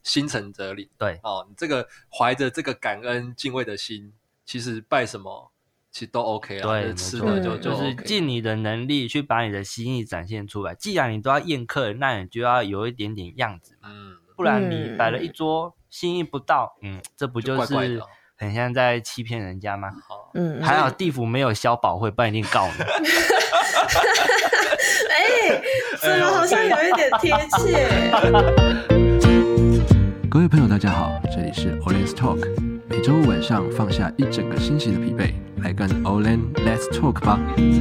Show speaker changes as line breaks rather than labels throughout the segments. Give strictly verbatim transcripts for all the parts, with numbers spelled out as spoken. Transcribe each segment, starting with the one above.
心诚则灵。
对
哦，你这个怀着这个感恩敬畏的心，其实拜什么其实都 OK 啦，
对，
吃的就、
嗯、
就
OK， 就是尽你的能力去把你的心意展现出来。既然你都要宴客，那你就要有一点点样子嘛，嗯，不然你摆了一桌、嗯、心意不到，嗯，这不就是很像在欺骗人家吗？嗯，还好地府没有消保会，不然一定告你。
哎，怎么好像有一点贴切？
各位朋友大家好，这里是 Olen's Talk， 每周五晚上放下一整个星期的疲惫，来跟 Olen Let's Talk 吧。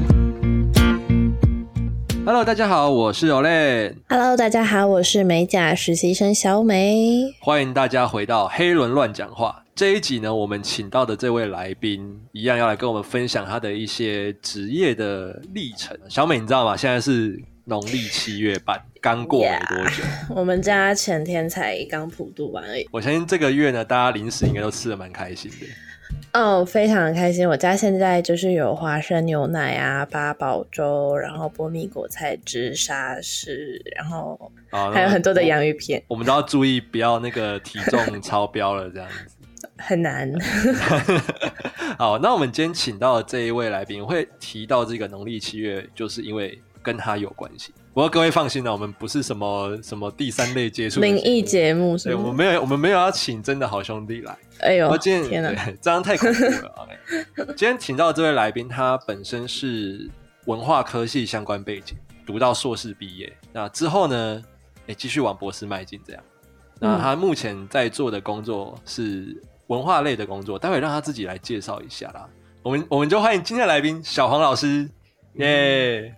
Hello， 大家好，我是 Olen。
Hello， 大家好，我是美甲实习生小美。
欢迎大家回到黑轮乱讲话。这一集呢，我们请到的这位来宾一样要来跟我们分享他的一些职业的历程。小美，你知道吗？现在是农历七月半，刚过没多久。
Yeah, 我们家前天才刚普渡完而已。
我相信这个月呢，大家零食应该都吃得蛮开心的。
哦，非常开心！我家现在就是有花生牛奶啊、八宝粥，然后波蜜果菜汁、沙士，然后还有很多的洋芋片。
我, 我们都要注意不要那个体重超标了，这样子
很难。
好，那我们今天请到的这一位来宾会提到这个农历七月，就是因为跟他有关系。不过各位放心了，我们不是什么什么第三类接触
灵异节目，
对，我们没有，我们没有要请真的好兄弟来。
哎呦，
今天
天哪，
这样太恐怖了。okay. 今天请到的这位来宾，他本身是文化科系相关背景，读到硕士毕业，那之后呢，哎，继续往博士迈进，这样。那他目前在做的工作是文化类的工作，待会让他自己来介绍一下啦。我们我们就欢迎今天的来宾小黄老师。耶、yeah ！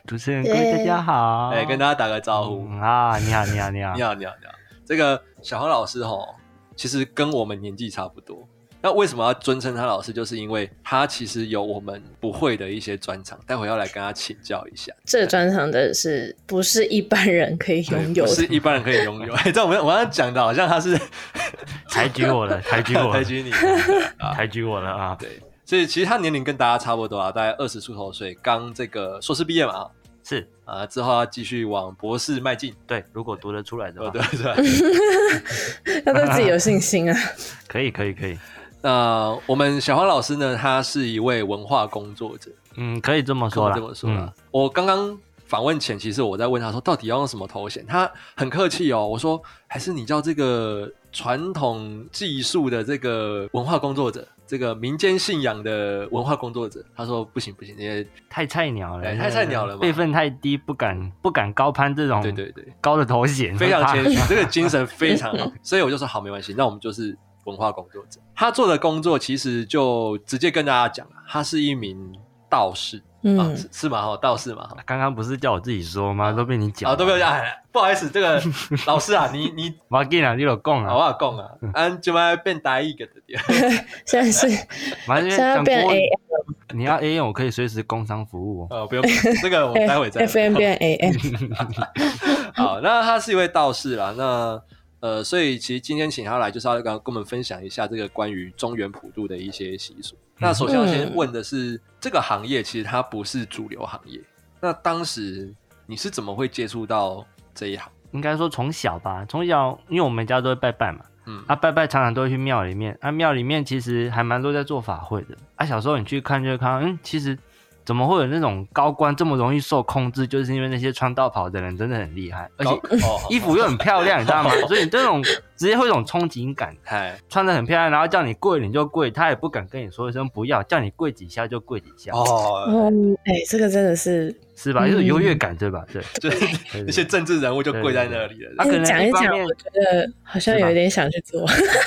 主持人各位大家好，
哎、欸，跟大家打个招呼、
嗯、啊！你好，你好，你好，
你好，你好，你好。这个小黄老师齁，其实跟我们年纪差不多。那为什么要尊称他老师？就是因为他其实有我们不会的一些专长，待会要来跟他请教一下。
这个专长真的是不是一般人可以拥有的，
不是一般人可以拥有。哎、欸，这我们我刚刚讲的好像他是
抬举我了，抬举我了，
抬举你，
抬举我了啊！
对。所以其实他年龄跟大家差不多啊，大概二十出头岁，刚这个硕士毕业嘛，
是
啊，之后要继续往博士迈进。
对，如果读得出来的话，
对对对，
要对自己有信心啊。
可以可以可以。
那我们小黄老师呢，他是一位文化工作者，
嗯，可以这么说啦，
可以这么说啦、嗯。我刚刚访问前，其实我在问他说，到底要用什么头衔？他很客气哦，我说还是你叫这个传统技术的这个文化工作者。这个民间信仰的文化工作者，他说不行不行，因为
太菜鸟了，
太菜鸟了嘛，
辈分太低，不敢不敢高攀这种
对对对
高的头衔，
非常谦虚，这个精神非常好，所以我就说好没关系，那我们就是文化工作者。他做的工作其实就直接跟大家讲了，他是一名道士。嗯，啊、是, 是吗？道士嘛。
刚刚不是叫我自己说吗？啊、都被你讲。
啊，都被我讲。哎，不好意思，这个老师啊，你你，
我跟你讲，你有讲啊，
我有讲啊，俺就要变台语个的。
现在是，现在变 A M。
你要 A M， 我可以随时工商服务
哦。呃，不用，这个我们待会再。
F M 变 A M。
好，那他是一位道士啦，那。呃，所以其实今天请他来，就是要跟我们分享一下这个关于中元普渡的一些习俗。那首先要先问的是，嗯、这个行业其实它不是主流行业。那当时你是怎么会接触到这一行？
应该说从小吧，从小因为我们家都会拜拜嘛，嗯，啊拜拜常常都会去庙里面，啊庙里面其实还蛮多在做法会的，啊小时候你去看就会看到，嗯，其实。怎么会有那种高官这么容易受控制？就是因为那些穿道袍的人真的很厉害，而且衣服又很漂亮，你知道吗？所以你这种直接会有一种憧憬感，穿得很漂亮，然后叫你跪你就跪，他也不敢跟你说一声不要，叫你跪几下就跪几下。
哦，哎、欸，这个真的是
是吧？有优越感，对吧？对，
就是那些政治人物就跪在那里了。
他可能讲一讲，我觉得好像有一点想去做。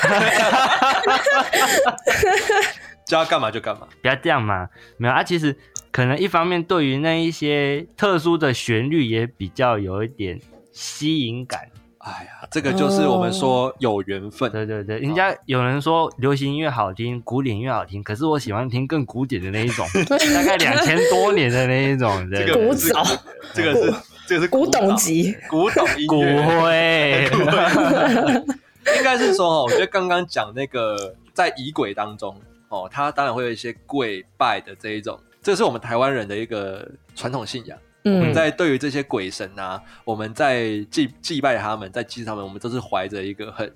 叫他干嘛就干嘛，
不要这样嘛。没有啊，其实可能一方面对于那一些特殊的旋律也比较有一点吸引感。
哎呀，这个就是我们说有缘分。
哦、对对对，人家有人说流行音乐好听，古典音乐好听，可是我喜欢听更古典的那一种，大概两千多年的那一种。
这个
古早，
这个是这个是
古董级，
古董音乐。
古会，
应该是说，我觉得刚刚讲那个在仪轨当中。哦，他当然会有一些跪拜的这一种，这是我们台湾人的一个传统信仰。嗯，我们在对于这些鬼神啊，我们在祭祭拜他们，在祭祀他们，我们都是怀着一个很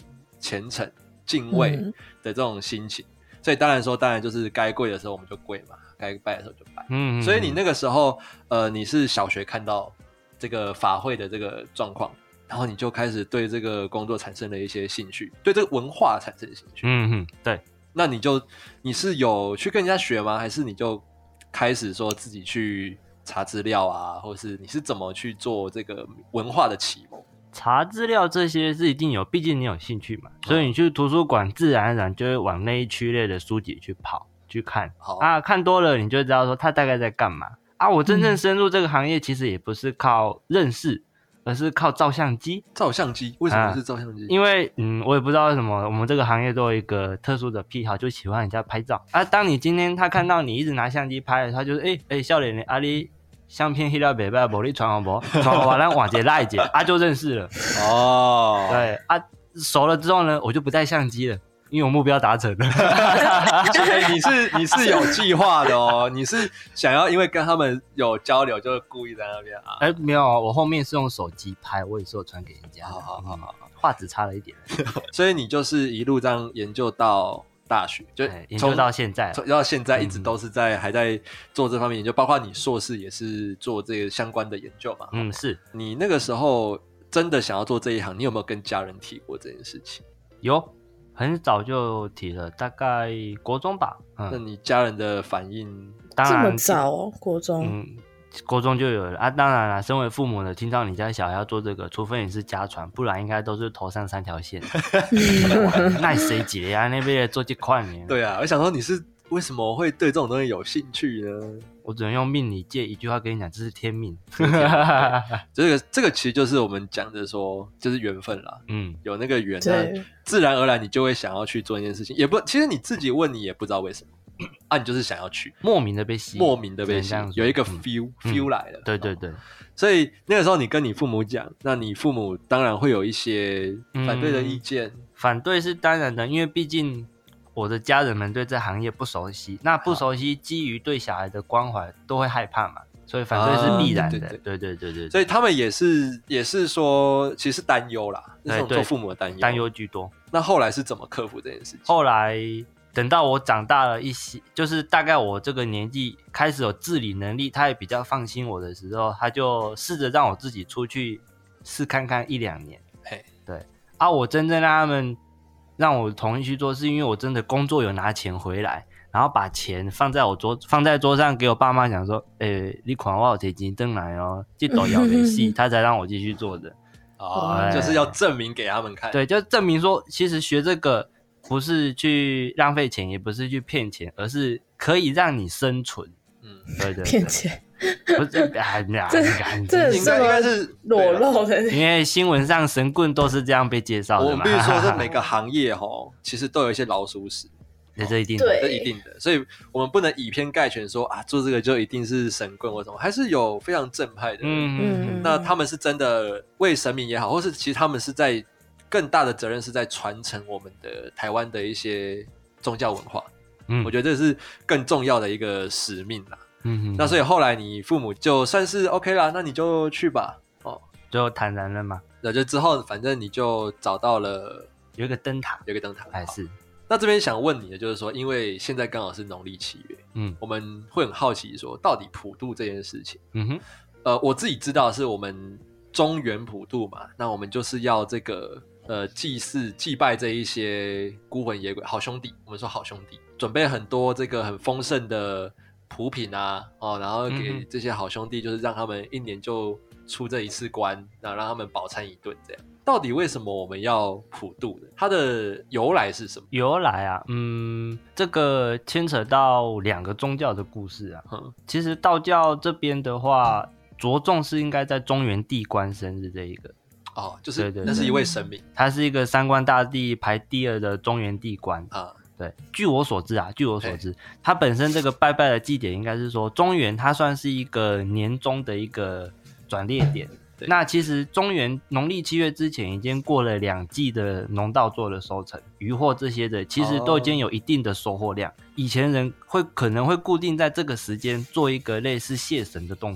虔诚、敬畏的这种心情。嗯、所以当然说，当然就是该跪的时候我们就跪嘛，该拜的时候就拜。嗯，所以你那个时候，呃，你是小学看到这个法会的这个状况，然后你就开始对这个工作产生了一些兴趣，对这个文化产生了兴趣。
嗯哼，对。
那你就你是有去跟人家学吗？还是你就开始说自己去查资料啊，或是你是怎么去做这个文化的启蒙？
查资料这些是一定有，毕竟你有兴趣嘛，嗯、所以你去图书馆自然而然就会往那一区类的书籍去跑去看啊，看多了你就知道说他大概在干嘛啊。我真正深入这个行业，其实也不是靠认识。而是靠照相机。
照相机？为什么是照相机？
啊、因为嗯，我也不知道为什么，我们这个行业都有一个特殊的癖好，就喜欢人家拍照啊。当你今天他看到你一直拿相机拍，他就是哎哎，少年啊你相片迄条袂歹，无你传好无？传好我咱换一个赖一个啊，就认识了。哦，对啊，熟了之后呢，我就不带相机了。因为我目标达成了
欸，你是你是有计划的哦，你是想要因为跟他们有交流，就故意在那边啊？
哎、欸，没有，我后面是用手机拍，我也是有传给人家。好好好好，画质差了一点，
所以你就是一路这样研究到大学，就
研究到现在，
到现在一直都是在、嗯、还在做这方面研究，包括你硕士也是做这个相关的研究嘛？
嗯，是
你那个时候真的想要做这一行，你有没有跟家人提过这件事情？
有。很早就提了，大概国中吧。
嗯、那你家人的反应？
当然这么早哦，国中。
嗯，国中就有了啊。当然啦，身为父母的，听到你家小孩要做这个，除非你是家传，不然应该都是头上三条线。那谁急啊？那边做这块呢？
对啊，我想说你是为什么会对这种东西有兴趣呢？
我只能用命理界一句话跟你讲，这是天命。
这个这个其实就是我们讲的说，就是缘分啦。嗯，有那个缘，那自然而然你就会想要去做一件事情。也不，其实你自己问你也不知道为什么啊，你就是想要去，
莫名的被吸引，
莫名的被吸引，有一个 feel、嗯、feel 来了。
对对对。
所以那个时候你跟你父母讲，那你父母当然会有一些反对的意见。嗯、
反对是当然的，因为毕竟。我的家人们对这行业不熟悉，那不熟悉基于对小孩的关怀都会害怕嘛，所以反对是必然的。啊、对, 对, 对对对对，
所以他们也是也是说，其实是担忧啦，那种做父母的担忧，
担忧居多。
那后来是怎么克服这件事情？
后来等到我长大了一些，就是大概我这个年纪开始有自理能力，他也比较放心我的时候，他就试着让我自己出去试看看一两年。嘿，对啊，我真正让他们。让我同意去做，是因为我真的工作有拿钱回来，然后把钱放在我桌放在桌上，给我爸妈讲说，诶、欸，你看我有提钱回来哦，这都要没戏，他才让我继续做的。
哦，就是要证明给他们看。
对，就证明说，其实学这个不是去浪费钱，也不是去骗钱，而是可以让你生存。嗯，对 对, 对，
骗钱。
不是，哎呀，这
这应该应该是裸露的，
因为新闻上神棍都是这样被介绍的嘛。
我们必须说，这每个行业齁，其实都有一些老鼠屎，
这一定的，
这一定的，所以我们不能以偏概全说啊，做这个就一定是神棍或什么，还是有非常正派的。嗯嗯，那他们是真的为神明也好，或是其实他们是在更大的责任是在传承我们的台湾的一些宗教文化。嗯，我觉得这是更重要的一个使命啦。嗯，那所以后来你父母就算是 OK 啦，那你就去吧，哦，
就坦然了嘛。
那就之后反正你就找到了
有一个灯塔，
有一个灯塔，
还是。
那这边想问你的就是说，因为现在刚好是农历七月，嗯，我们会很好奇说，到底普渡这件事情，嗯哼，呃，我自己知道是我们中元普渡嘛，那我们就是要这个呃祭祀祭拜这一些孤魂野鬼好兄弟，我们说好兄弟，准备很多这个很丰盛的普品啊，哦，然后给这些好兄弟，就是让他们一年就出这一次关，然后让他们饱餐一顿这样。到底为什么我们要普渡的？它的由来是什么？
由来啊，嗯，这个牵扯到两个宗教的故事啊。嗯、其实道教这边的话，着重是应该在中元地官生日这一个。
哦，就是对对对，那是一位神明，
他是一个三官大帝排第二的中元地官啊。对，据我所知啊，据我所知，它本身这个拜拜的祭典应该是说，中元它算是一个年中的一个转捩点。那其实中元农历七月之前已经过了两季的农稻作的收成，渔获这些的，其实都已经有一定的收获量。以前人会可能会固定在这个时间做一个类似谢神的动作。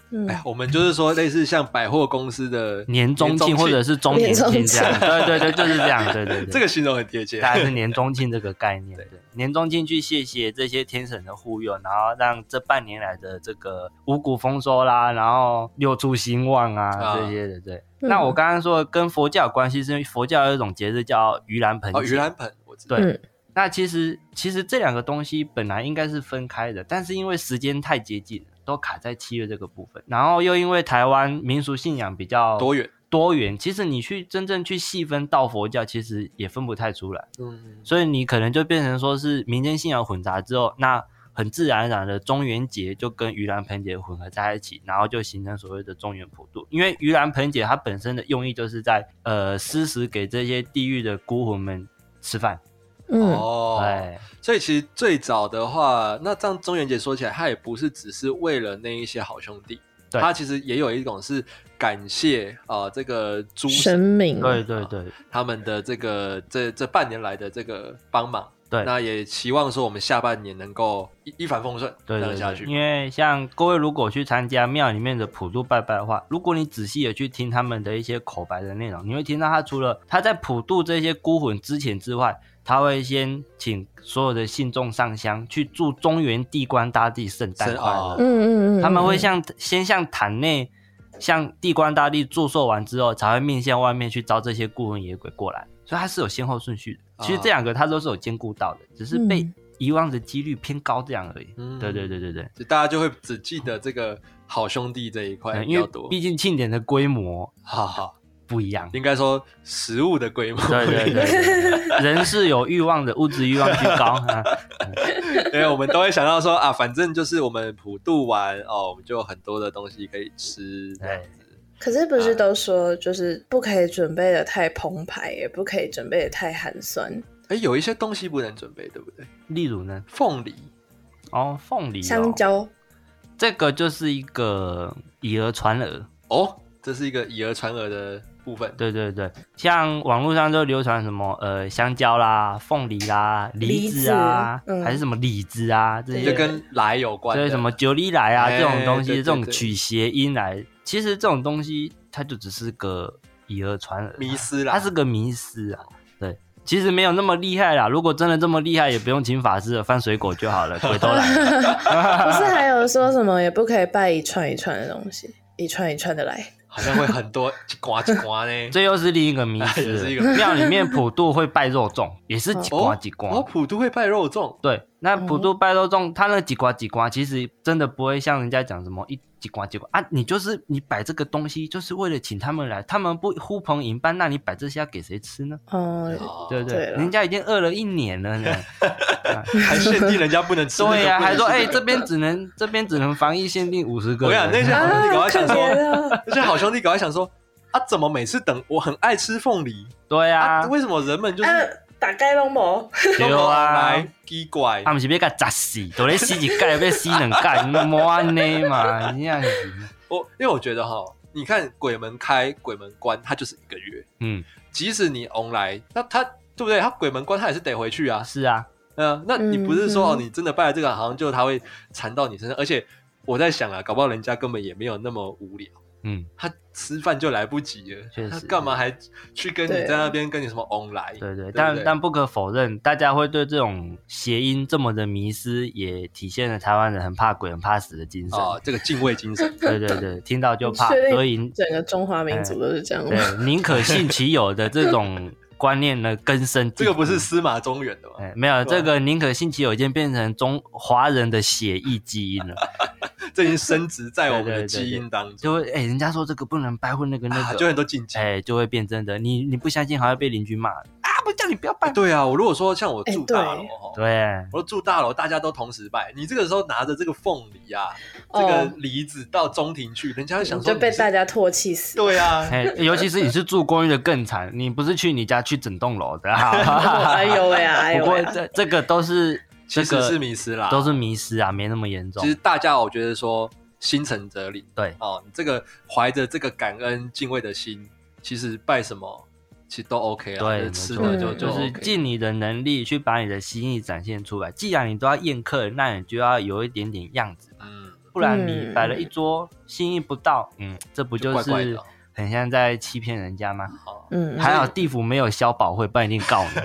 嗯，
哎，我们就是说类似像百货公司的
年中庆或者是周年庆这样，对对对，就是这样，对对对，
这个形容很贴切，
大概是年中庆这个概念。对，年中庆去谢谢这些天神的护佑，然后让这半年来的这个五谷丰收啦，然后六畜兴旺啊、啊这些的，对。嗯、那我刚刚说跟佛教有关系，是因为佛教有一种节日叫盂兰盆节。
哦，盂兰盆，我知道。
对。嗯，那其实其实这两个东西本来应该是分开的，但是因为时间太接近了，都卡在七月这个部分，然后又因为台湾民俗信仰比较
多元
多元，其实你去真正去细分道佛教，其实也分不太出来。嗯，所以你可能就变成说是民间信仰混杂之后，那很自然而然的中元节就跟盂兰盆节混合在一起，然后就形成所谓的中元普渡。因为盂兰盆节它本身的用意就是在呃施食给这些地狱的孤魂们吃饭。
嗯
哦，所以其实最早的话，那这样中元节说起来，它也不是只是为了那一些好兄弟，它其实也有一种是感谢啊、呃、这个诸
神明，
对对对，
他们的这个这这半年来的这个帮忙。
对，
那也期望说我们下半年能够一一帆风顺，
对对对，
这样下去。
因为像各位如果去参加庙里面的普渡拜拜的话，如果你仔细的去听他们的一些口白的内容，你会听到他除了他在普渡这些孤魂之前之外，他会先请所有的信众上香，去祝中元地官大帝圣诞快乐。
嗯嗯嗯，
他们会向先向坛内向地官大帝祝寿完之后，才会面向外面去招这些孤魂野鬼过来。所以它是有先后顺序的，其实这两个它都是有兼顾到的，只是被遗忘的几率偏高这样而已。嗯，对对对对对，
就大家就会只记得这个好兄弟这一块比较多，
因为毕竟庆典的规模
哈哈
不一样，
应该说食物的规模，
对对 对, 对，人是有欲望的，物质欲望居高。啊、
因为我们都会想到说啊，反正就是我们普渡完哦，我们就有很多的东西可以吃这样子。
可是不是都说就是不可以准备的太澎湃，也不可以准备的太寒酸？
哎，有一些东西不能准备，对不对？
例如呢？
凤梨
哦，凤梨、哦、
香蕉，
这个就是一个以讹传讹
哦，这是一个以讹传讹的部分。
对对对，像网络上就流传什么呃香蕉啦、凤梨啦、梨子啊，子嗯、还是什么李子啊，这些
就跟来有关的，
对什么九里来啊这种东西，对对对，这种取谐音来。其实这种东西它就只是个以讹传讹，
迷思啦，
它是个迷思啊。对，其实没有那么厉害啦。如果真的这么厉害，也不用请法师了，翻水果就好了，鬼都来了。
不是还有说什么也不可以拜一串一串的东西，一串一串的来，
好像会很多一刮一刮呢。
这又是另一个迷思。庙里面普渡会拜肉粽，也是几刮几刮。
哦，普渡会拜肉粽。
对，那普渡拜肉粽，它那几刮几刮，其实真的不会像人家讲什么一。几瓜几瓜啊！你就是你摆这个东西，就是为了请他们来，他们不呼朋引伴，那你摆这些要给谁吃呢？哦，对不对？人家已经饿了一年了呢，
还限定人家不能吃。
对呀、啊，还说哎、欸，这边只能这边只能防疫限定五十个。
我想那些好兄弟搞快想说，那些好兄弟搞快想说啊，怎么每次等我很爱吃凤梨？
对啊，
啊为什么人们就是？
啊大概都无，
对啊，
来奇怪，
他们是要给砸死，都在洗一盖，要洗两盖，莫安尼嘛，这样子。
我因为我觉得哈，你看鬼门开、鬼门关，它就是一个月，嗯，即使你 on 来，那他对不对？他鬼门关他也是得回去啊，
是啊，
嗯、呃，那你不是说、嗯、哦，你真的拜了这个，好像就他会缠到你身上，而且我在想啊，搞不好人家根本也没有那么无聊。嗯，他吃饭就来不及了，他干嘛还去跟你在那边跟你什么 on 来？
对 对, 对，但但不可否认，大家会对这种谐音这么的迷思，也体现了台湾人很怕鬼、很怕死的精神
哦，这个敬畏精神。
对对对，听到就怕，所以
整个中华民族都是这样。
对，宁可信其有的这种观念呢根深蒂固。
这个不是司马中原的吗？
哎，没有，这个宁可信其有已经变成中华人的血液基因了。
这已经升值在我们的基因当中，
就会哎、欸，人家说这个不能拜，或那个那个，
啊、就很多禁忌，
哎、欸，就会变真的。你你不相信，还会被邻居骂啊！不叫你不要拜。
对啊，我如果说像我住大楼，
对，对
我住大楼，大家都同时拜，你这个时候拿着这个凤梨啊，哦、这个梨子到中庭去，人家会想说
就被大家唾弃死。
对啊，
哎、欸，尤其是你是住公寓的更惨，你不是去你家去整栋楼的。
哎呦喂啊！
不过这这个都是。
其实是迷思啦，
都是迷思啊，没那么严重。
其实大家我觉得说心诚则灵，
对
哦，你这个怀着这个感恩敬畏的心，其实拜什么其实都 OK 啊，
对，
吃的就、
嗯、就是尽你的能力去把你的心意展现出来。既然你都要宴客，那你就要有一点点样子嘛。嗯， 不然你摆了一桌、嗯、心意不到，嗯，这不就是很像在欺骗人家吗？嗯，还好地府没有消保会，不然一定告你。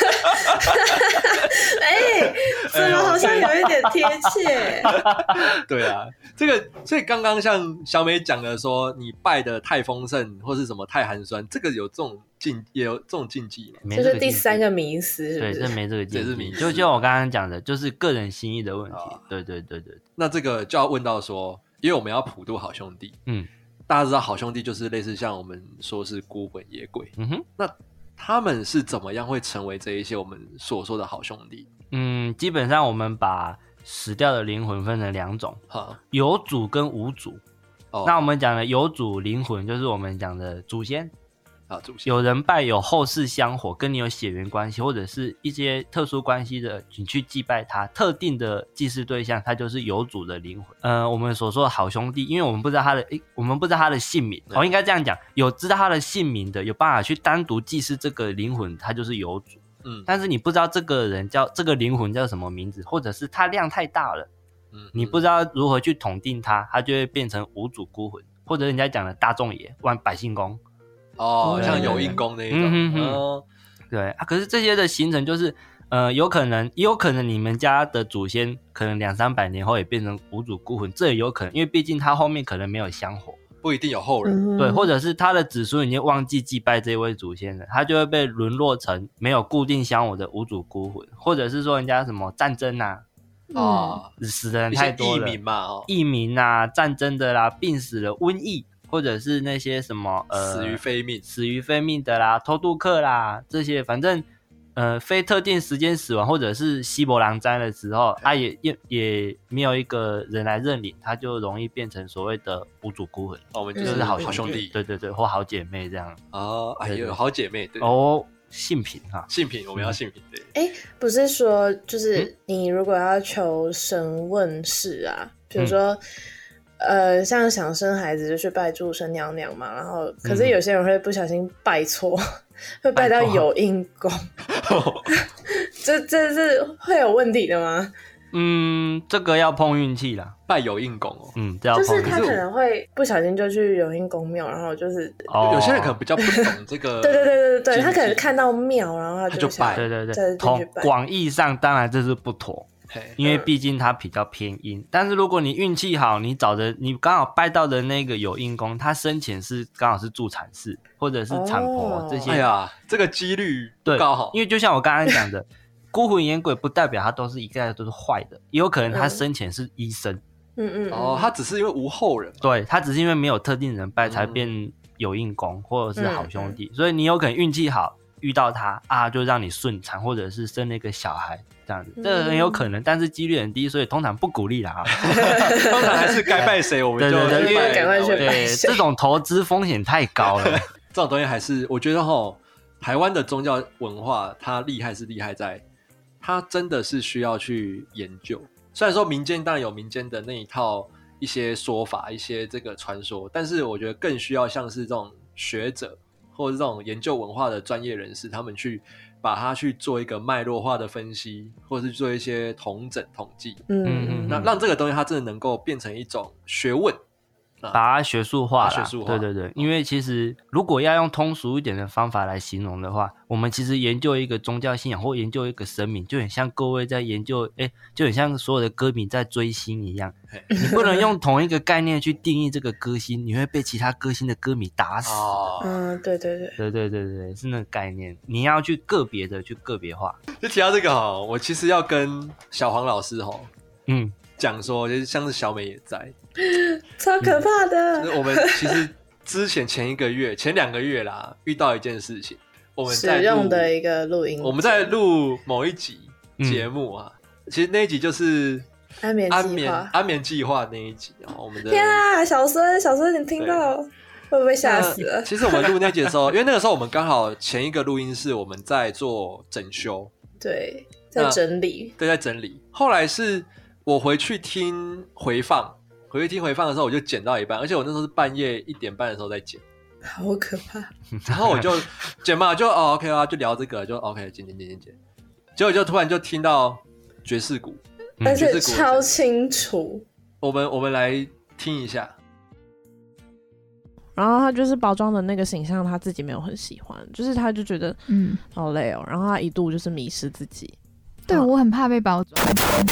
哎，怎么好像有一点贴切？
对啊，这个所以刚刚像小美讲的说，你拜的太丰盛或是什么太寒酸，这个有这种禁也有这种禁忌吗？
这是第三个迷思，是不是？
对，这没这个禁忌，就就我刚刚讲的，就是个人心意的问题。
哦、
对对对对。
那这个就要问到说，因为我们要普渡好兄弟，嗯，大家知道好兄弟就是类似像我们说是孤魂野鬼，嗯哼，那他们是怎么样会成为这一些我们所说的好兄弟？
嗯，基本上我们把死掉的灵魂分成两种，有主跟无主。哦、那我们讲的有主灵魂就是我们讲的祖先
啊，祖先
有人拜有后世香火，跟你有血缘关系或者是一些特殊关系的，你去祭拜他，特定的祭祀对象，他就是有主的灵魂。呃，我们所说的好兄弟，因为我们不知道他的，诶我们不知道他的姓名，哦，应该这样讲，有知道他的姓名的，有办法去单独祭祀这个灵魂，他就是有主。嗯，但是你不知道这个人叫这个灵魂叫什么名字，或者是他量太大了，嗯，你不知道如何去统定他，他就会变成无主孤魂，或者人家讲的大众爷、万百姓公。
哦，像有印公那一种，嗯、哦，
对啊。可是这些的形成就是，呃，有可能，也有可能你们家的祖先可能两三百年后也变成无主孤魂，这也有可能，因为毕竟他后面可能没有香火。
不一定有后人，
对，或者是他的子孙已经忘记祭拜这位祖先了，他就会被沦落成没有固定香火的无主孤魂，或者是说人家什么战争啊，哦、嗯，死的人太多了，
异民嘛，哦，
异民啊，战争的啦，病死了，瘟疫，或者是那些什么呃
死于非命、
死于非命的啦，偷渡客啦，这些反正。呃，非特定时间死亡，或者是西伯狼灾的时候，他、啊、也也也没有一个人来认领，他就容易变成所谓的无主孤魂。
哦、我们就是好兄弟，
对对对，或好姐妹这样。
哦，哎有好姐妹，对
哦，性品哈，
性品我们要性品对。
哎，不是说就是你如果要求神问事啊，比如说。嗯呃，像想生孩子就去拜祝生娘娘嘛，然后可是有些人会不小心拜错，嗯、会拜到有印公，这这是会有问题的吗？
嗯，这个要碰运气啦，
拜有印公哦，
嗯，这要碰运气。
就是他可能会不小心就去有印公庙，然后就是、
哦、有些人可能比较不懂这个，
对对对对对，他可能看到庙，然后他 就,
他就拜，
对对对，从广义上当然这是不妥。因为毕竟它比较偏阴，但是如果你运气好，你找的你刚好拜到的那个有印公，他生前是刚好是住产室或者是产婆、哦、这些，
哎呀，这个几率不高好。
因为就像我刚刚讲的，孤魂野鬼不代表他都是一概都是坏的，也有可能他生前是医生，
嗯嗯，
哦，他只是因为无后人，
对他只是因为没有特定人拜才变有印公或者是好兄弟，嗯、所以你有可能运气好遇到他啊，就让你顺产或者是生了一个小孩。这样子，这个很有可能，但是几率很低，所以通常不鼓励啦。
通常还是该拜谁我们就
对对对，因
为赶快去拜谁。
这种投资风险太高了。
这种东西还是我觉得齁，台湾的宗教文化它厉害是厉害在，它真的是需要去研究。虽然说民间当然有民间的那一套一些说法、一些这个传说，但是我觉得更需要像是这种学者或者是这种研究文化的专业人士，他们去。把它去做一个脉络化的分析，或者是做一些统整统计，嗯嗯，那让这个东西它真的能够变成一种学问，
把它学术化啦，学术化，对对对。因为其实如果要用通俗一点的方法来形容的话，我们其实研究一个宗教信仰或研究一个神明，就很像各位在研究，哎，就很像所有的歌迷在追星一样。你不能用同一个概念去定义这个歌星，你会被其他歌星的歌迷打死。
哦、嗯，对对对，
对对对对，是那个概念。你要去个别的去个别化。
就提到这个哈，我其实要跟小黄老师哈，嗯，讲说，就是像是小美也在，
超可怕的。
嗯就是、我们其实之前前一个月、前两个月啦，遇到一件事情，我们在
使用的一个录音，
我们在录某一集节目啊、嗯，其实那一集就是。
安眠
安眠安眠计划那一集，我们的
天啊，小孙小孙，你听到会不会吓死了？
其实我们录那集的时候，因为那个时候我们刚好前一个录音室我们在做整修，
对，在整理，
对，在整理。后来是我回去听回放，回去听回放的时候，我就剪到一半，而且我那时候是半夜一点半的时候在剪，
好可怕。
然后我就剪嘛，就哦 OK 啊，就聊这个，就 OK 剪剪剪剪剪，结果就突然就听到爵士鼓。
而且超清楚，
我们我们来听一下。
然后他就是包装的那个形象，他自己没有很喜欢，就是他就觉得嗯好累哦，然后他一度就是迷失自己。
对，我很怕被包装。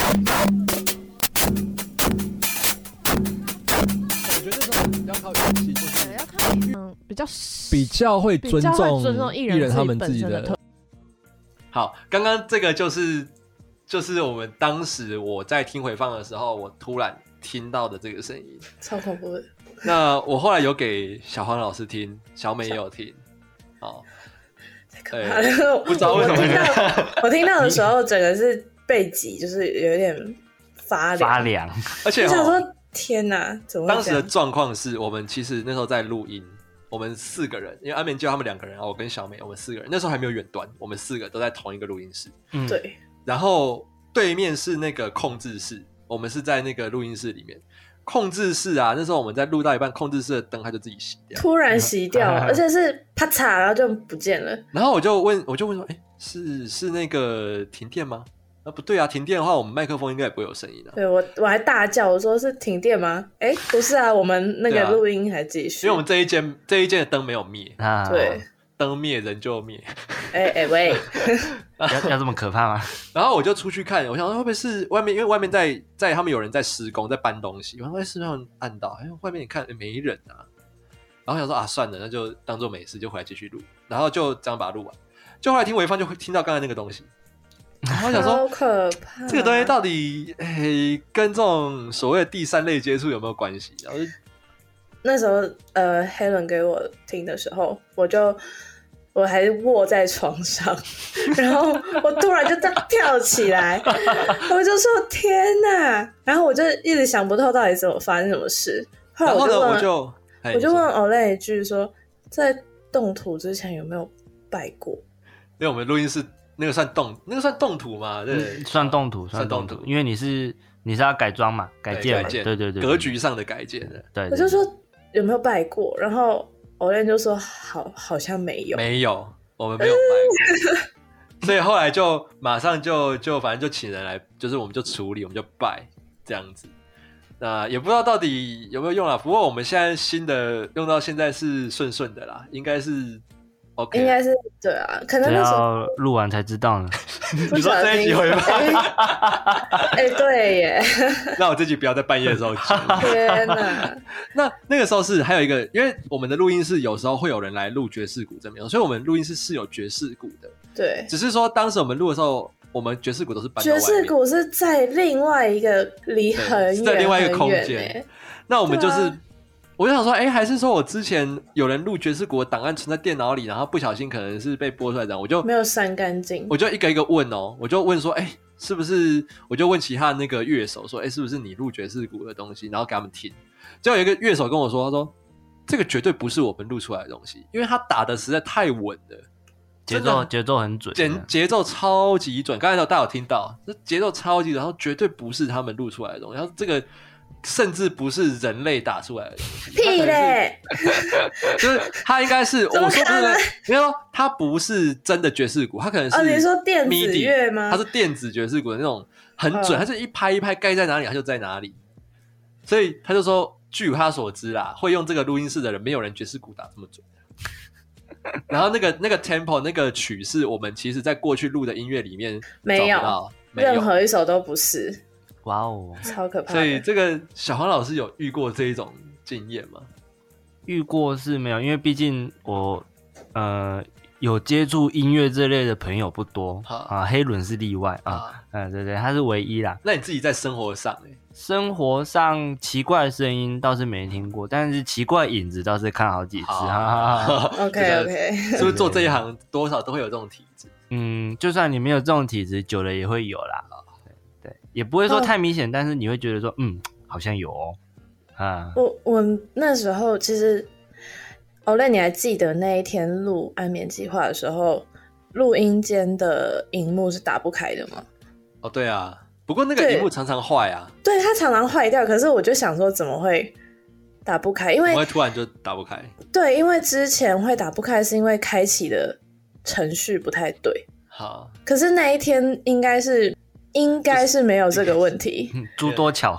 我觉得这种要靠运气，就是
要看嗯比较
比较会尊重
比较会尊重艺人
艺人他们自己的
自己本身的特。
好，刚刚这个就是就是我们当时我在听回放的时候，我突然听到的这个声音，
超恐怖的。
那我后来有给小黄老师听，小美也有听，好，
太可怕了！
不知道为什么
我听到我听到的时候，整个是背脊就是有点发凉，
发凉，
而且
我想说天哪，怎么会
当时
这样？
的状况是我们其实那时候在录音，我们四个人，因为安眠就他们两个人，我跟小美，我们四个人，那时候还没有远端，我们四个都在同一个录音室，
嗯，
对，
然后对面是那个控制室，我们是在那个录音室里面。控制室啊，那时候我们在录到一半，控制室的灯它就自己熄掉，
突然熄掉，而且是啪嚓，然后就不见了。
然后我就问，我就问说，哎，是是那个停电吗？啊，不对啊，停电的话，我们麦克风应该也不会有声音啊。
对我我还大叫，我说是停电吗？哎，不是啊，我们那个录音还继续，
因为我们这一间这一间的灯没有灭，
啊，
对，
灯灭人就灭。
哎哎喂，
要要这么可怕吗？
然后我就出去看，我想说会不会是外面，因为外面在在他们有人在施工，在搬东西，我说是不是按到？哎，外面你看、欸、没人啊。然后想说啊，算了，那就当做没事，就回来继续录。然后就这样把它录完。就后来听回放，就会听到刚才那个东西。然后我想说，
好可怕，
这个东西到底诶跟这种所谓的第三类接触有没有关系？然后就
那时候呃，黑伦给我听的时候，我就。我还卧在床上，然后我突然就这样跳起来，我就说天哪！然后我就一直想不透到底怎么发生什么事。后来我就问，
我就
我就问 Olay 一句说，在动土之前有没有拜过？
因为我们录音室那个算动，那个算动土嘛？对，
嗯、算动土，算动土，因为你是你是要改装嘛，改建嘛，对对 对, 对，
格局上的改建的。
对, 对, 对，
我就说有没有拜过，然后。Olay 就说好，好像没有，
没有，我们没有拜过，所以后来就马上就就反正就请人来，就是我们就处理，我们就拜这样子。那也不知道到底有没有用啦，不过我们现在新的用到现在是顺顺的啦，应该是 OK，
应该是对啊，可能那时候
录完才知道呢。
你说这一集会吗？
哎、欸，对耶。
那我这集不要在半夜的时候剪。
天哪！
那那个时候是还有一个，因为我们的录音室有时候会有人来录爵士鼓这边，所以我们录音室是有爵士鼓的。
对，
只是说当时我们录的时候，我们爵士鼓都是搬到外面，
爵士鼓是在另外一个离很远，
在另外一个空间。那我们就是。啊我就想说，哎、欸，还是说我之前有人录爵士鼓的档案存在电脑里，然后不小心可能是被播出来的，我就
没有删干净，
我就一个一个问哦，我就问说，哎、欸，是不是？我就问其他那个乐手说，哎、欸，是不是你录爵士鼓的东西？然后给他们听。结果有一个乐手跟我说，他说这个绝对不是我们录出来的东西，因为他打的实在太稳了，
节奏节奏很准，
节节奏超级准。刚才大家有听到，这节奏超级准，然后绝对不是他们录出来的东西，然后这个。甚至不是人类打出来的东西，
屁嘞！
就是他应该是我说不是，因为说他不是真的爵士鼓，他可能是 M I D I，
哦，你说电子乐吗？
他是电子爵士鼓的那种，很准，他、哦、是一拍一拍该在哪里他就在哪里，所以他就说，据他所知啦，会用这个录音室的人，没有人爵士鼓打这么准。然后那个那个 tempo 那个曲是我们其实在过去录的音乐里面
没有，
没有
任何一首都不是。
哇哦，
超可怕！
所以这个小黄老师有遇过这一种经验吗？
遇过是没有，因为毕竟我呃有接触音乐这类的朋友不多啊，黑伦是例外啊，嗯，对对，他是唯一啦。
那你自己在生活上呢？
生活上奇怪的声音倒是没听过，但是奇怪影子倒是看好几次。
OK OK，
是不是做这一行多少都会有这种体质？
嗯，就算你没有这种体质，久了也会有啦。对，也不会说太明显，哦、但是你会觉得说，嗯，好像有哦。啊，
我我那时候其实，Olay，你还记得那一天录安眠计划的时候，录音间的萤幕是打不开的吗？
哦，对啊，不过那个萤幕常常坏啊。
对，它常常坏掉，可是我就想说，怎么会打不开？因为
会突然就打不开。
对，因为之前会打不开，是因为开启的程序不太对。
好，
可是那一天应该是。应该是没有这个问题，
诸多巧合。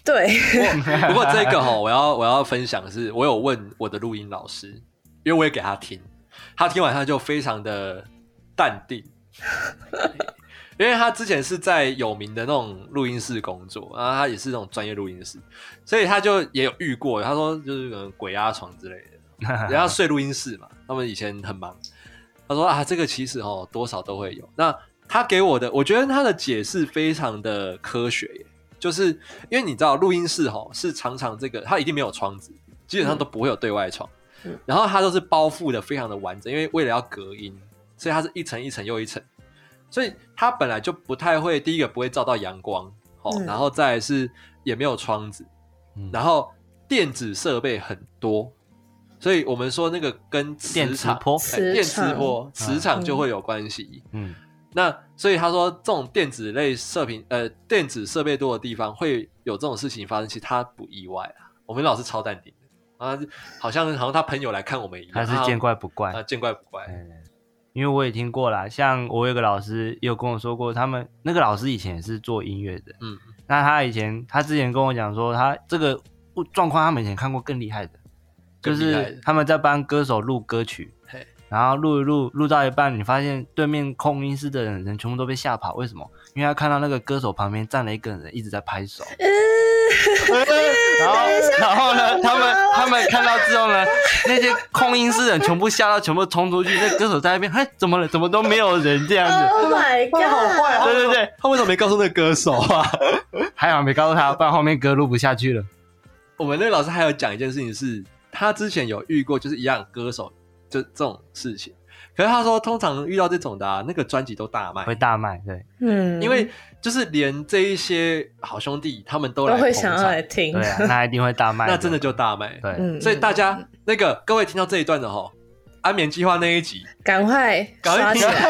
对，
不过这个齁，我要我要分享的是，我有问我的录音老师，因为我也给他听，他听完他就非常的淡定，因为他之前是在有名的那种录音室工作，然后他也是那种专业录音室，所以他就也有遇过，他说就是可能鬼压床之类的，人家睡录音室嘛，他们以前很忙，他说啊，这个其实齁多少都会有。那他给我的，我觉得他的解释非常的科学耶。就是因为你知道录音室齁是常常这个它一定没有窗子，基本上都不会有对外窗、嗯、然后它都是包覆的非常的完整，因为为了要隔音，所以它是一层一层又一层，所以它本来就不太会，第一个不会照到阳光、嗯、然后再来是也没有窗子、嗯、然后电子设备很多，所以我们说那个跟磁场
电磁波
电磁波磁场就会有关系。嗯，那所以他说这种电子类射频呃电子设备多的地方会有这种事情发生，其实他不意外啊。我们老师超淡定的啊，好像好像他朋友来看我们一样，
他是见怪不怪
啊，见怪不怪。
嗯，因为我也听过啦，像我有个老师也有跟我说过，他们那个老师以前也是做音乐的，嗯，那他以前他之前跟我讲说，他这个状况他们以前看过更厉害的，就是他们在帮歌手录歌曲。然后录一录，录到一半，你发现对面控音室的人人全部都被吓跑，为什么？因为他看到那个歌手旁边站了一个人一直在拍手，然后然后呢，他们他们看到之后呢，那些控音室的人全部吓到，全部冲出去，那歌手在那边，哎，怎么了？怎么都没有人这样子
？Oh my god！
好坏啊！
对对对，
他为什么没告诉那个歌手啊？
还好没告诉他，不然后面歌录不下去了。
我们那个老师还有讲一件事情是，他之前有遇过，就是一样歌手。就这种事情，可是他说通常遇到这种的、啊、那个专辑都大卖，
会大卖，对，
嗯，
因为就是连这一些好兄弟他们都来
都会想要来听，
对啊，那一定会大卖，
那真的就大卖，
对、
嗯，
所以大家那个各位听到这一段的齁，安眠计划那一集，
赶快刷起来，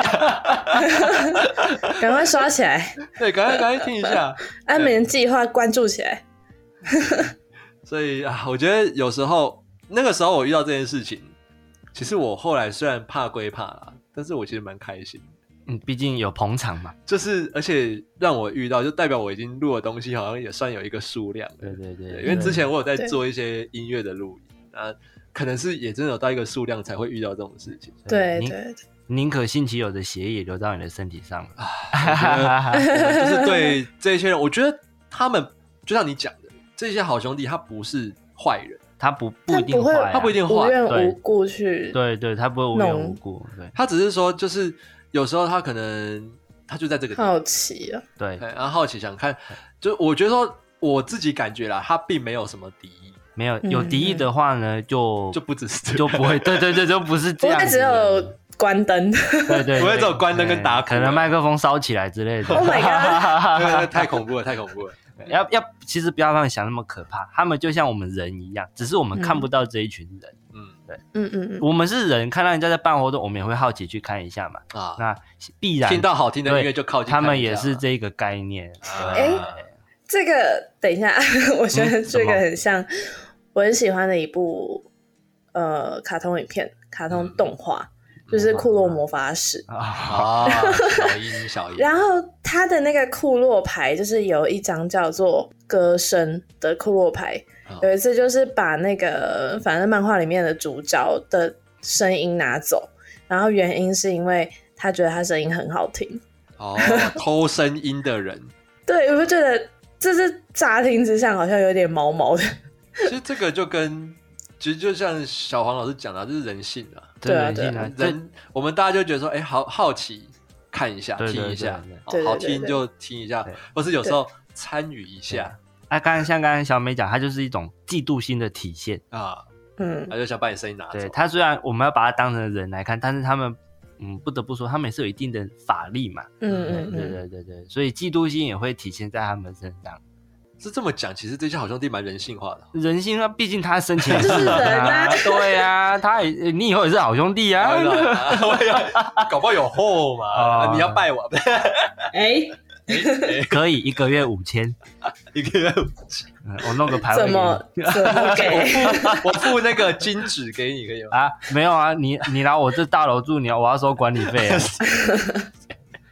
赶快刷起来，
对，赶快赶快听一下
安眠计划关注起来。
所以啊，我觉得有时候那个时候我遇到这件事情。其实我后来虽然怕归怕啦，但是我其实蛮开心的。
嗯，毕竟有捧场嘛。
就是而且让我遇到，就代表我已经录的东西好像也算有一个数量。
对对 对, 对，
因为之前我有在做一些音乐的录音啊，可能是也真的有到一个数量才会遇到这种事情。
对对对，
宁可信其有的血液流到你的身体上
了。就是对这些人，我觉得他们就像你讲的，这些好兄弟他不是坏人。
他不不一定坏、啊，
他不一定坏，
无缘无故去，
对对，他不会无缘无故，对，
他只是说，就是有时候他可能他就在这个地方
好奇啊，
对，
然后好奇想看，就我觉得说我自己感觉啦，他并没有什么敌意，
没有有敌意的话呢，就
就不只是
就不会，对对对，就不是这样，
不会只有关灯，
对对，
不会只有关灯跟打鼓，
可能麦克风烧起来之类的
，Oh my god，
太恐怖了，太恐怖了。
要要，其实不要让你想那么可怕，他们就像我们人一样，只是我们看不到这一群人。嗯，对，嗯嗯嗯，我们是人，看到人家在办活动，我们也会好奇去看一下嘛。啊，那必然
听到好听的音乐就靠近看一下。
他们也是这个概念。
哎、啊，这个等一下，我觉得这个很像我很喜欢的一部呃卡通影片、卡通动画。嗯，就是库洛魔法使
啊，小樱小樱。
然后他的那个库洛牌，就是有一张叫做歌声的库洛牌。哦、有一次就是把那个反正漫画里面的主角的声音拿走，然后原因是因为他觉得他声音很好听。
哦，偷声音的人。
对，我就觉得这是乍听之下好像有点毛毛的。
其实这个就跟。其实就像小黄老师讲的，这是人性啊，
对人性啊，
人我们大家就觉得说，哎、欸，好好奇看一下，
对对对对
听一下，
对对对对
好听就听一下，或是有时候参与一下。
啊，刚刚像刚刚小美讲，它就是一种嫉妒心的体现
啊，嗯，他就想把你声音拿走。
对，他虽然我们要把他当成人来看，但是他们，嗯，不得不说，他们也是有一定的法力嘛，嗯嗯，对对对对，所以嫉妒心也会体现在他们身上。
是这么讲，其实这些好兄弟蛮人性化的。
人性啊，毕竟他生前是人啊，对啊，他也你以后也是好兄弟啊，
搞不好有后嘛，哦、你要拜我。
哎、
欸，可以一个月五千，
一个月五千，
我弄个牌位
怎么怎么给？
我付那个金纸给你，可以吗？
啊，没有啊，你你来我这大楼住，你要我要收管理费啊。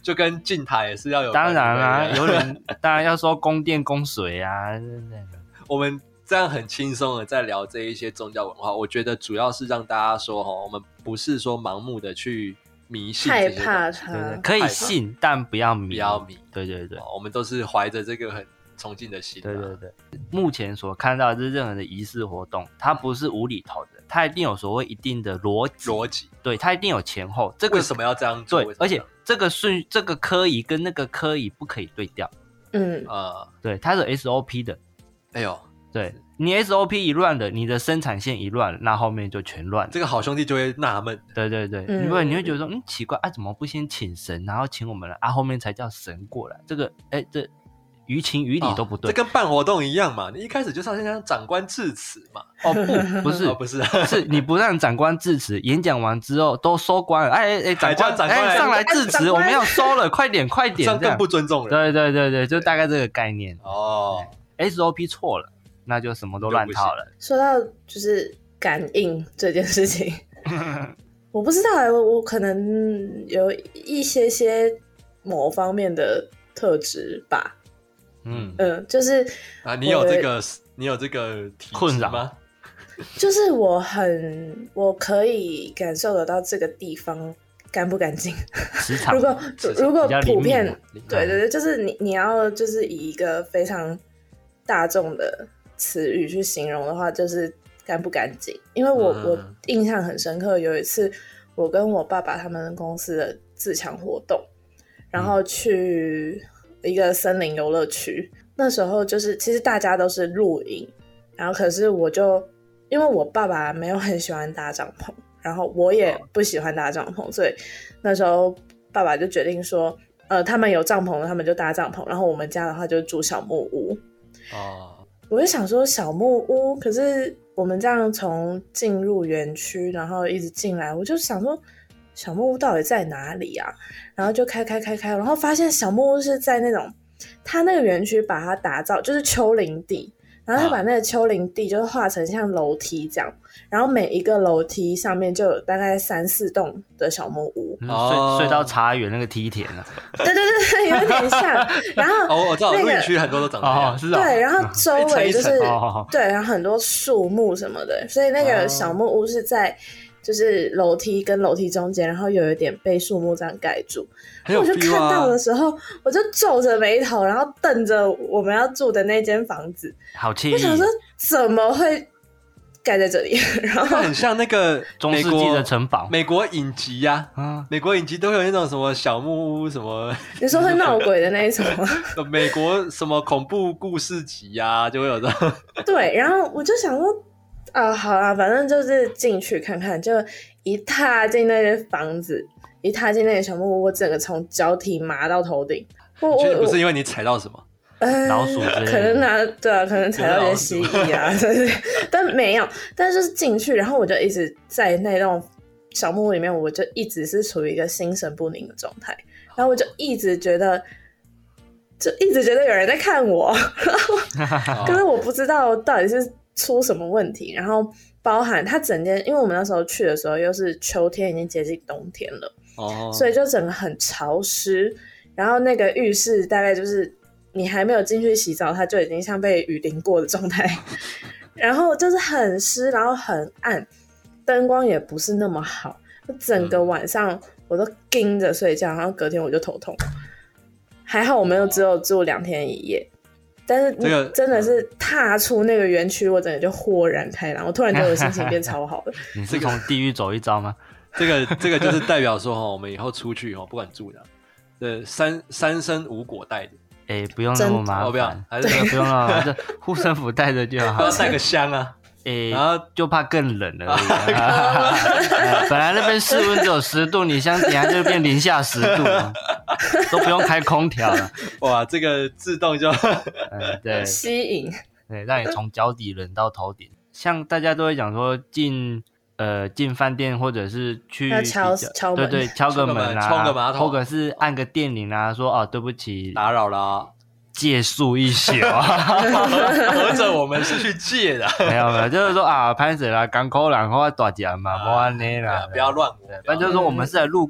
就跟进塔也是要有。
当然啦、啊，有人当然要说供电供水啊。
我们这样很轻松的在聊这一些宗教文化，我觉得主要是让大家说我们不是说盲目的去迷信这些东西，
害怕它，
可以信但不要迷，
不要迷。
对对对，
我们都是怀着这个很崇敬的心、啊。
对对对，目前所看到的是任何的仪式活动，它不是无厘头的，它一定有所谓一定的逻辑。
逻辑，
对，它一定有前后。这个
为什么要这样做？
对，而且这个顺这个科仪跟那个科仪不可以对调。
嗯
啊、呃，
对，它是 S O P 的。
哎呦，
对你 S O P 一乱的，你的生产线一乱，那后面就全乱了。
这个好兄弟就会纳闷。
对对对，
嗯、
因为你会觉得说，嗯，奇怪啊，怎么不先请神，然后请我们了啊，后面才叫神过来？这个，哎，这。于情于理都不对、
哦，这跟办活动一样嘛。你一开始就是要先让长官致辞嘛。
哦不，不是，
哦、不是，
是你不让长官致辞，演讲完之后都收官了。哎哎哎，长官，
长官
哎上来致辞，
哎、
我们要收了，快点快点，
这样更不尊重人。
对对对对，就大概这个概念。
哦
，S O P 错了，那就什么都乱套了。
说到就是感应这件事情，我不知道哎、欸，我我可能有一些些某方面的特质吧。
嗯
嗯，就是
啊，你有这个你有这个体质吗？
就是我很我可以感受得到这个地方干不干净。如果如果普遍，对对对，就是你你要就是以一个非常大众的词语去形容的话，就是干不干净。因为我、嗯、我印象很深刻，有一次我跟我爸爸他们公司的自强活动，然后去。嗯一个森林游乐区，那时候就是其实大家都是露营，然后可是我就因为我爸爸没有很喜欢搭帐篷，然后我也不喜欢搭帐篷，所以那时候爸爸就决定说，呃，他们有帐篷，他们就搭帐篷，然后我们家的话就住小木屋。哦，我就想说小木屋，可是我们这样从进入园区，然后一直进来，我就想说。小木屋到底在哪里啊？然后就开开开开，然后发现小木屋是在那种，他那个园区把它打造就是丘陵地，然后他把那个丘陵地就是画成像楼梯这样，然后每一个楼梯上面就有大概三四栋的小木屋，
哦、睡睡到茶园那个梯田啊。
对对对，有点像。然后、那个、
哦，我知道，露营区很多都长这样，
哦是啊。
对，然后周围就是、
哦、
对，然后很多树木什么的，所以那个小木屋是在。就是楼梯跟楼梯中间，然后有一点被树木这样盖住。
很有 feel 啊、
我就看到的时候，我就皱着眉头，然后瞪着我们要住的那间房子，
好惬意。
我想说怎么会盖在这里？然后
很像那个
中世纪的城堡，
美国影集呀、啊，啊，美国影集都有那种什么小木屋什么，
你说会闹鬼的那一种吗？
美国什么恐怖故事集呀、啊，就会有这种。
对，然后我就想说。啊、呃，好啦，反正就是进去看看，就一踏进那间房子，一踏进那个小木屋，我整个从脚底麻到头顶。我我
不是因为你踩到什么？
呃，
老鼠之类的，
可能拿对啊，可能踩到一些蜥蜴啊，但没有。但是就是进去，然后我就一直在那栋小木屋里面，我就一直是处于一个心神不宁的状态，然后我就一直觉得，就一直觉得有人在看我，可是我不知道到底是。出什么问题？然后包含它整间，因为我们那时候去的时候又是秋天，已经接近冬天了，哦，所以就整个很潮湿。然后那个浴室大概就是你还没有进去洗澡，它就已经像被雨淋过的状态。然后就是很湿，然后很暗，灯光也不是那么好，整个晚上我都盯着睡觉，然后隔天我就头痛。还好我们又只有住两天一夜。但是真的是踏出那个园区，我整个就豁然开朗，我突然觉得我心情变超好的。
你是从地狱走一遭吗？
这个这个就是代表说我们以后出去不管住的，对三三生五果带的。
哎，不用那么麻烦，
哦、不要，还是
不用了，就护身符带着就好。
要带个香啊。
诶，然后就怕更冷了而已、啊呃。本来那边室温只有十度，你相等下就变零下十度，都不用开空调了。
哇，这个自动就，
嗯，对，
吸引，
对，让你从脚底冷到头顶。像大家都会讲说进呃进饭店或者是去
敲敲
门，对对，敲个门啊，
冲个马桶，
或者是按个电铃啊，说哦对不起，
打扰啦。
借宿一宿啊，
合着我们是去借的，
没有没有，就是说啊，拍谁啦，港口人或大家嘛，不安尼啦，
不要乱我。
反正就是说我们是来路过，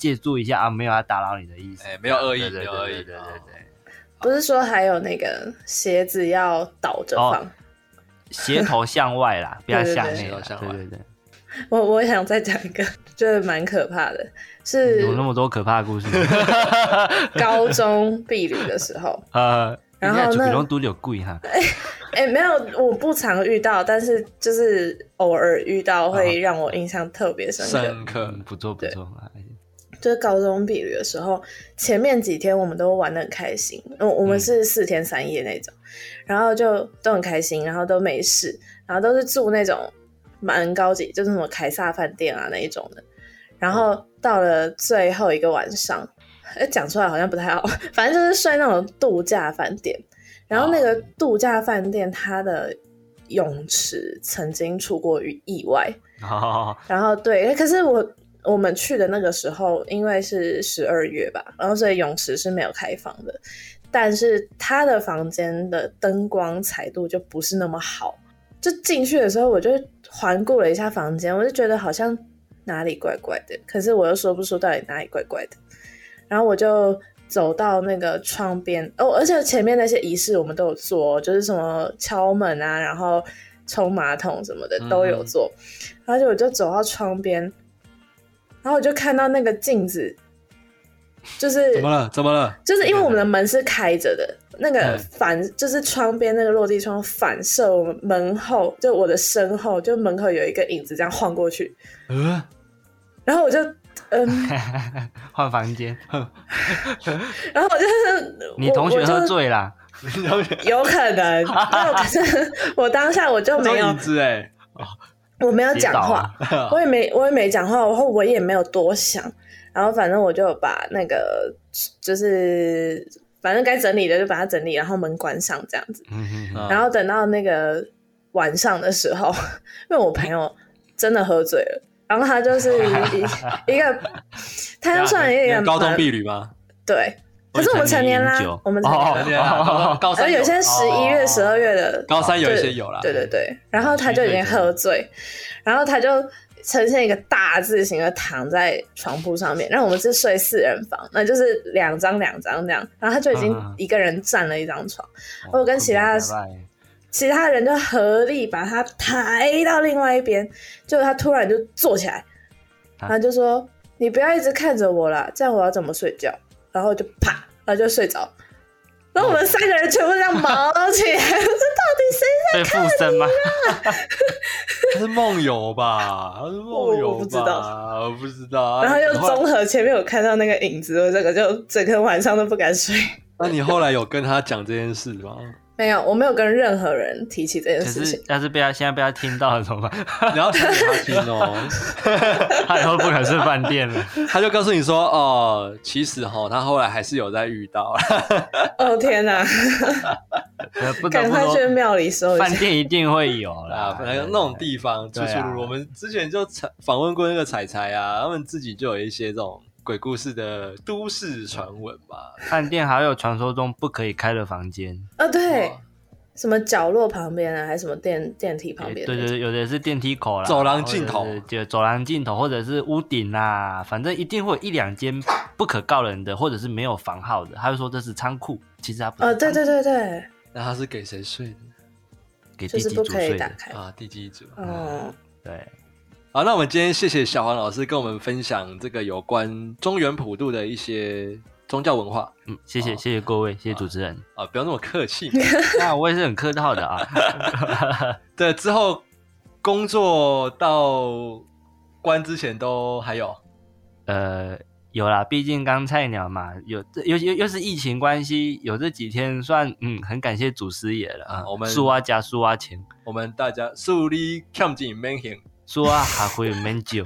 借助一下啊，没有要打扰你的意思，
哎，没有恶意，
对对
没有恶意，
对对对对。
不是说还有那个鞋子要倒着放，哦、
鞋头向外啦，不要向内。对对对。
我我想再讲一个，觉得蛮可怕的，是
有那么多可怕的故事。
高中毕旅的时候，
呃，
然后那
比都有贵哈。
哎哎，没有，我不常遇到，但是就是偶尔遇到，会让我印象特别深刻。
深刻，
不错不错。
就是高中毕旅的时候，前面几天我们都玩得很开心，我们是四天三夜那种，嗯、然后就都很开心，然后都没事，然后都是住那种蛮高级，就是什么凯撒饭店啊那一种的。然后到了最后一个晚上，讲出来好像不太好，反正就是睡那种度假饭店。然后那个度假饭店它的泳池曾经出过意外，
哦、
然后对，可是我。我们去的那个时候，因为是十二月吧，然后所以泳池是没有开放的，但是他的房间的灯光彩度就不是那么好。就进去的时候，我就环顾了一下房间，我就觉得好像哪里怪怪的，可是我又说不出到底哪里怪怪的。然后我就走到那个窗边，哦，而且前面那些仪式我们都有做，就是什么敲门啊，然后冲马桶什么的都有做。嗯、然后就我就走到窗边。然后我就看到那个镜子，就是
怎么了？怎么了？
就是因为我们的门是开着的，那个反就是窗边那个落地窗反射我们门后，就我的身后，就门口有一个影子这样晃过去。
嗯，
然后我就嗯
换房间，
然后我就是
你同学喝醉啦，
有可能，可是我当下我就没有
影子哎。
我没有讲话，我也没我也没讲话，然后我也没有多想，然后反正我就把那个就是反正该整理的就把它整理，然后门关上这样子。
嗯、
然后等到那个晚上的时候，因为我朋友真的喝醉了，然后他就是一个他要算一个
高中毕旅吗？
对。可是我们成年啦，我们成年
啦，高三
有些十一月、十二月的，
高三有一些有啦。
对对对，然后他就已经喝醉，然后他就呈现一个大字形的躺在床铺上面，然后我们是睡四人房，那就是两张两张这样，然后他就已经一个人占了一张床，我跟其他其他人就合力把他抬到另外一边，结果他突然就坐起来，然后就说：“你不要一直看着我啦，这样我要怎么睡觉？”然后就啪，然后就睡着。然后我们三个人全部这样毛起来，我说到底谁在看你啊？
他是梦游吧？他是梦游吧？
我不知道，
我不知道。
然后又综合前面有看到那个影子，我这个就整个晚上都不敢睡。
那你后来有跟他讲这件事吗？
没有，我没有跟任何人提起这件事情。
要是被他现在被他听到了怎么办？
你要讲给他听哦，
他以后不可是饭店了。
他就告诉你说，哦，其实哈，他后来还是有在遇到。
哦天哪！赶快去庙里搜一下。
饭店一定会有啦，
那那种地方出出入入。我们之前就访问过那个彩彩啊，他们自己就有一些这种鬼故事的都市传闻吧。
饭店还有传说中不可以开的房间
啊、哦，对，什么角落旁边啊，还是什么电电梯旁边？
对对对，有的是电梯口啦，
走廊尽头，
就走廊尽头，或者是屋顶啦，反正一定会有一两间不可告人的，或者是没有房号的。他就说这是仓库，其实他不是。
哦，对对对对。
那他是给谁睡的？
给地基主睡的
啊，地基主。
哦，
对。
好，那我们今天谢谢小黄老师跟我们分享这个有关中原普渡的一些宗教文化。
嗯，谢谢、哦、谢谢各位，谢谢主持人
啊，不要那么客气。
那我也是很客套的啊。
对，之后工作到关之前都还有。
呃，有啦，毕竟刚菜鸟嘛，有又又又是疫情关系，有这几天算嗯，很感谢祖师爷了啊。
我们
输啊加输啊钱，
我们大家树立看紧免行。
说啊，还会免酒。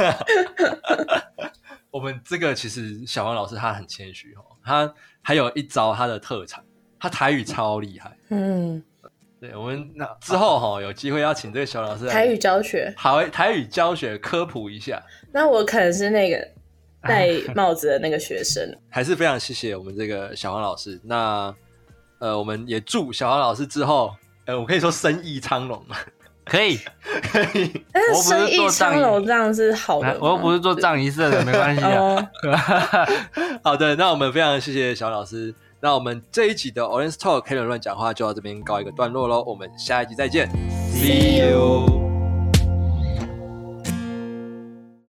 我们这个其实小黄老师他很谦虚哦，他还有一招他的特长，他台语超厉害。
嗯，
对，我们之后哈有机会要请这个小老师来
台语教学，
好，台语教学科普一下。
那我可能是那个戴帽子的那个学生。
还是非常谢谢我们这个小黄老师。那呃，我们也祝小黄老师之后，呃，我可以说生意昌隆嘛。
可以，
可以。
但是生意昌隆这样是好的，
我又不是做葬仪社的，没关系啊。
好的，那我们非常谢谢小老师。那我们这一集的 Orange Talk 黑人乱讲话就到这边告一个段落咯，我们下一集再见 ，See you。